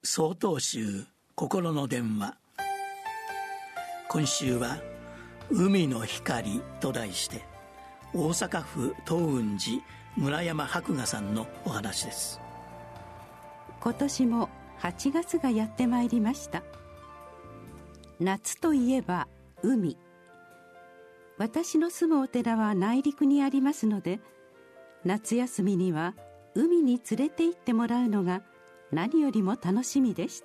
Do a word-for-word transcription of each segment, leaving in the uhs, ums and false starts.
曹洞宗心の電話。今週は海の光と題して大阪府東雲寺村山博雅さんのお話です。 今年もはちがつがやってまいりました。夏といえば海。私の住むお寺は内陸にありますので、夏休みには海に連れて行ってもらうのが何よりも楽しみでした。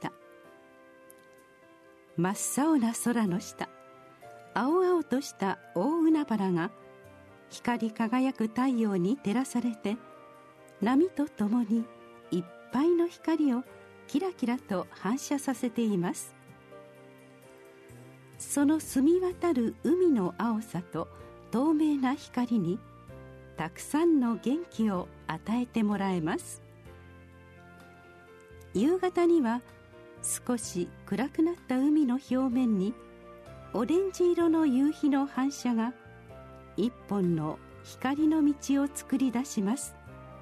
真っ青な空の下、青々とした大海原が光り輝く太陽に照らされて、波とともにいっぱいの光をキラキラと反射させています。その澄み渡る海の青さと透明な光にたくさんの元気を与えてもらえます。夕方には少し暗くなった海の表面にオレンジ色の夕日の反射が一本の光の道を作り出します。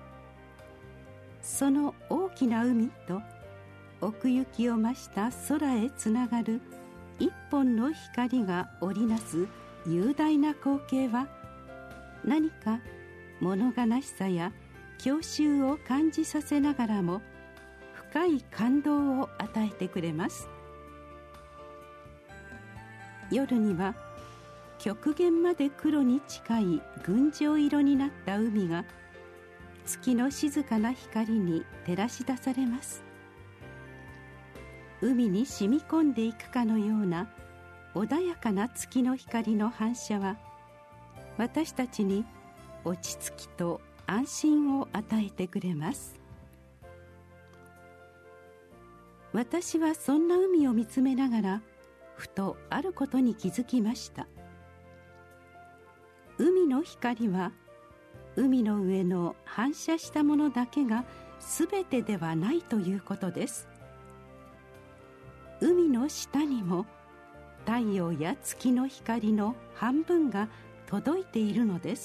その大きな海と奥行きを増した空へつながる一本の光が織りなす雄大な光景は、何か物悲しさや郷愁を感じさせながらも深い感動を与えてくれます。夜には極限まで黒に近い群青色になった海が月の静かな光に照らし出されます。海に染み込んでいくかのような穏やかな月の光の反射は、私たちに落ち着きと安心を与えてくれます。私はそんな海を見つめながら、ふとあることに気づきました。海の光は海の上の反射したものだけが全てではないということです。海の下にも太陽や月の光の半分が届いているのです。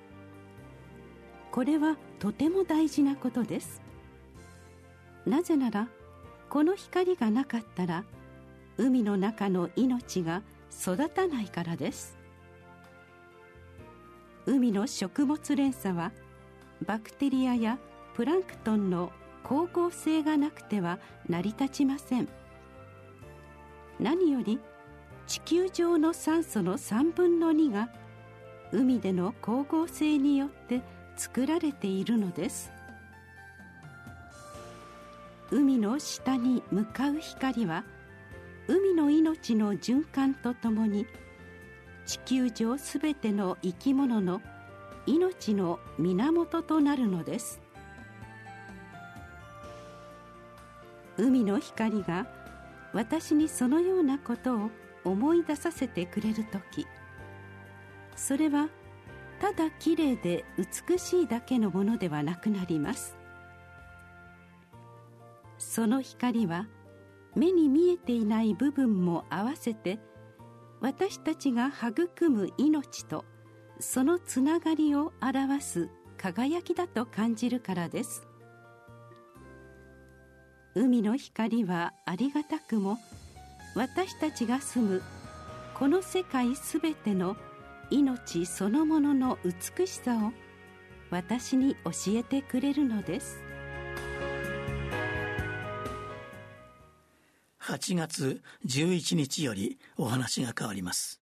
これはとても大事なことです。なぜなら、この光がなかったら海の中の命が育たないからです。海の食物連鎖はバクテリアやプランクトンの光合成がなくては成り立ちません。何より地球上の酸素のさんぶんのにが海での光合成によって作られているのです。海の下に向かう光は海の命の循環とともに地球上すべての生き物の命の源となるのです。海の光が私にそのようなことを思い出させてくれるとき、それはただきれいで美しいだけのものではなくなります。その光は目に見えていない部分も合わせて私たちが育む命とそのつながりを表す輝きだと感じるからです。海の光はありがたくも私たちが住むこの世界すべての命そのものの美しさを私に教えてくれるのです。 はちがつじゅういちにちよりお話が変わります。